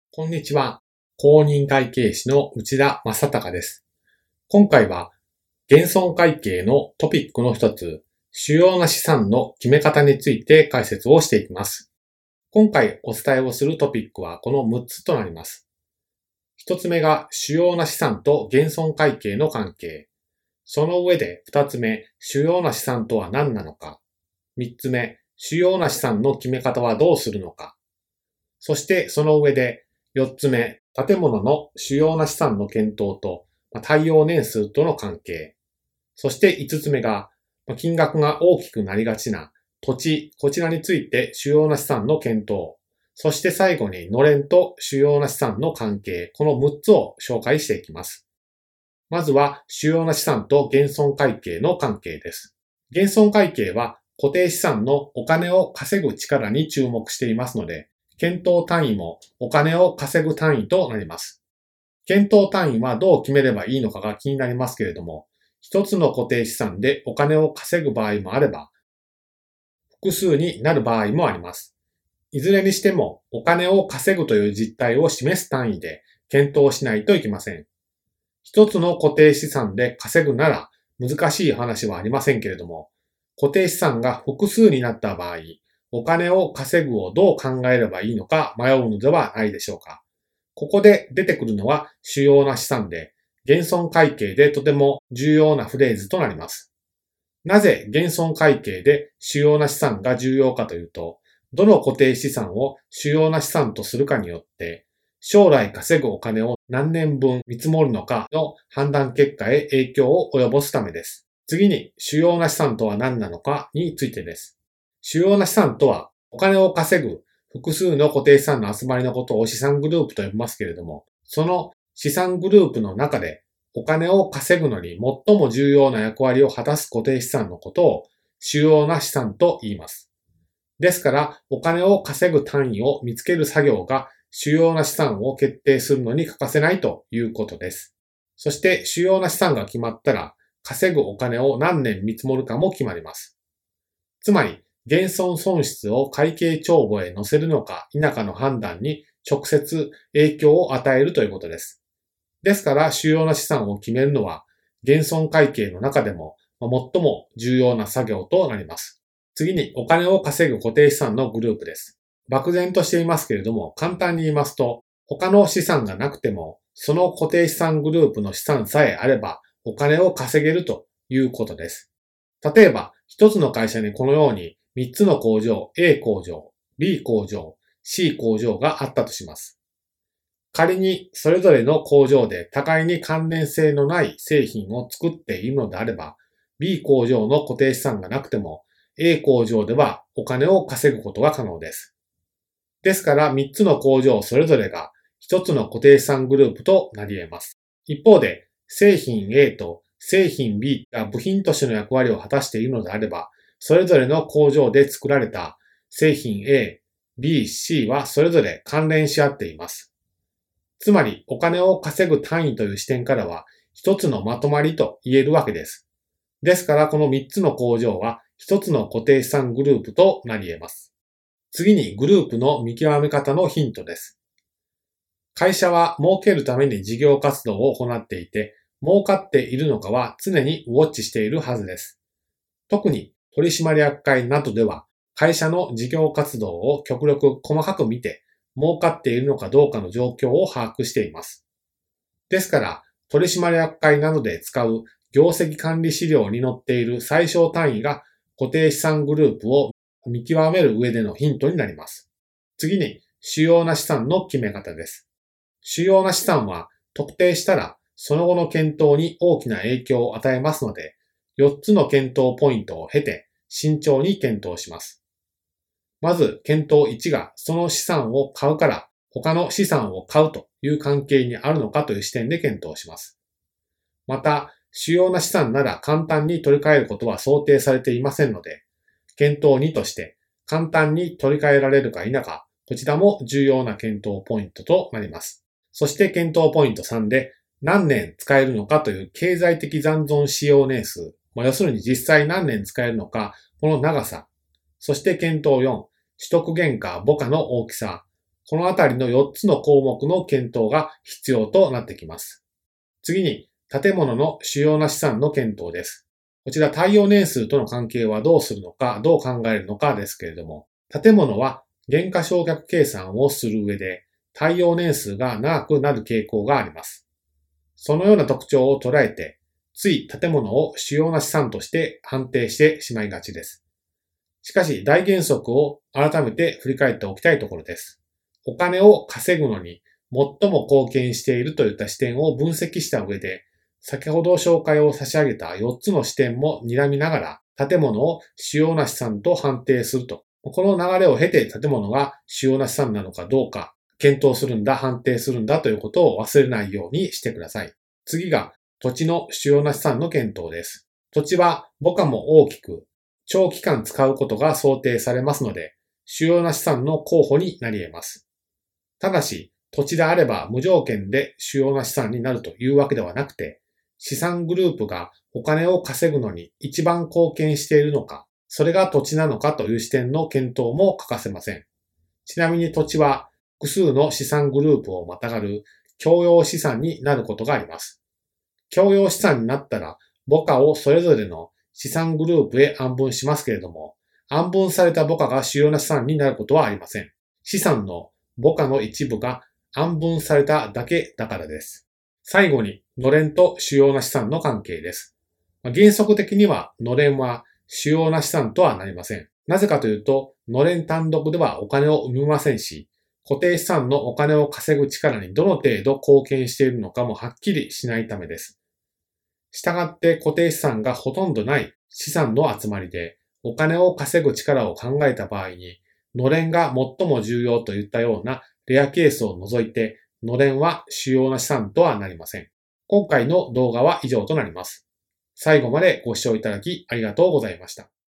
こんにちは。公認会計士の内田正孝です。今回は、減損会計のトピックの一つ、主要な資産の決め方について解説をしていきます。今回お伝えをするトピックはこの6つとなります。1つ目が主要な資産と減損会計の関係。その上で2つ目、主要な資産とは何なのか。3つ目、主要な資産の決め方はどうするのか。そしてその上で4つ目、建物の主要な資産の検討と耐用年数との関係。そして5つ目が金額が大きくなりがちな土地、こちらについて主要な資産の検討。そして最後にのれんと主要な資産の関係。この6つを紹介していきます。まずは主要な資産と減損会計の関係です。減損会計は固定資産のお金を稼ぐ力に注目していますので、検討単位もお金を稼ぐ単位となります。検討単位はどう決めればいいのかが気になりますけれども、一つの固定資産でお金を稼ぐ場合もあれば、複数になる場合もあります。いずれにしてもお金を稼ぐという実態を示す単位で検討しないといけません。一つの固定資産で稼ぐなら難しい話はありませんけれども、固定資産が複数になった場合、お金を稼ぐをどう考えればいいのか迷うのではないでしょうか。ここで出てくるのは主要な資産で、減損会計でとても重要なフレーズとなります。なぜ減損会計で主要な資産が重要かというと、どの固定資産を主要な資産とするかによって、将来稼ぐお金を何年分見積もるのかの判断結果へ影響を及ぼすためです。次に、主要な資産とは何なのかについてです。主要な資産とは、お金を稼ぐ複数の固定資産の集まりのことを資産グループと呼びますけれども、その資産グループの中でお金を稼ぐのに最も重要な役割を果たす固定資産のことを主要な資産と言います。ですから、お金を稼ぐ単位を見つける作業が主要な資産を決定するのに欠かせないということです。そして主要な資産が決まったら、稼ぐお金を何年見積もるかも決まります。つまり、減損損失を会計帳簿へ載せるのか否かの判断に直接影響を与えるということです。ですから、主要な資産を決めるのは、減損会計の中でも最も重要な作業となります。次に、お金を稼ぐ固定資産のグループです。漠然としていますけれども、簡単に言いますと、他の資産がなくても、その固定資産グループの資産さえあれば、お金を稼げるということです。例えば、一つの会社にこのように3つの工場、A 工場、B 工場、C 工場があったとします。仮にそれぞれの工場で互いに関連性のない製品を作っているのであれば、B 工場の固定資産がなくても、A 工場ではお金を稼ぐことが可能です。ですから3つの工場それぞれが1つの固定資産グループとなり得ます。一方で、製品 A と製品 B が部品としての役割を果たしているのであれば、それぞれの工場で作られた製品 A、B、C はそれぞれ関連し合っています。つまり、お金を稼ぐ単位という視点からは、一つのまとまりと言えるわけです。ですから、この3つの工場は一つの固定資産グループとなり得ます。次に、グループの見極め方のヒントです。会社は儲けるために事業活動を行っていて、儲かっているのかは常にウォッチしているはずです。特に取締役会などでは会社の事業活動を極力細かく見て儲かっているのかどうかの状況を把握しています。ですから取締役会などで使う業績管理資料に載っている最小単位が固定資産グループを見極める上でのヒントになります。次に主要な資産の決め方です。主要な資産は特定したらその後の検討に大きな影響を与えますので、4つの検討ポイントを経て慎重に検討します。まず、検討1がその資産を買うから他の資産を買うという関係にあるのかという視点で検討します。また、主要な資産なら簡単に取り替えることは想定されていませんので、検討2として簡単に取り替えられるか否か、こちらも重要な検討ポイントとなります。そして検討ポイント3で何年使えるのかという経済的残存使用年数、要するに実際何年使えるのか、この長さ。そして検討4、取得原価、母価の大きさ。 このあたりの4つの項目の検討が必要となってきます。次に、建物の主要な資産の検討です。こちら耐用年数との関係はどうするのか、どう考えるのかですけれども、建物は減価償却計算をする上で耐用年数が長くなる傾向があります。そのような特徴を捉えて、つい建物を主要な資産として判定してしまいがちです。しかし大原則を改めて振り返っておきたいところです。お金を稼ぐのに最も貢献しているといった視点を分析した上で、先ほど紹介を差し上げた4つの視点も睨みながら建物を主要な資産と判定すると。この流れを経て建物が主要な資産なのかどうか検討するんだ、判定するんだということを忘れないようにしてください。次が土地の主要な資産の検討です。土地は母価も大きく長期間使うことが想定されますので、主要な資産の候補になり得ます。ただし、土地であれば無条件で主要な資産になるというわけではなくて、資産グループがお金を稼ぐのに一番貢献しているのか、それが土地なのかという視点の検討も欠かせません。ちなみに土地は複数の資産グループをまたがる共用資産になることがあります。共用資産になったら母価をそれぞれの資産グループへ安分しますけれども、安分された母価が主要な資産になることはありません。資産の母価の一部が安分されただけだからです。最後に、のれんと主要な資産の関係です。原則的には、のれんは主要な資産とはなりません。なぜかというと、のれん単独ではお金を生みませんし、固定資産のお金を稼ぐ力にどの程度貢献しているのかもはっきりしないためです。したがって固定資産がほとんどない資産の集まりで、お金を稼ぐ力を考えた場合に、のれんが最も重要といったようなレアケースを除いて、のれんは主要な資産とはなりません。今回の動画は以上となります。最後までご視聴いただきありがとうございました。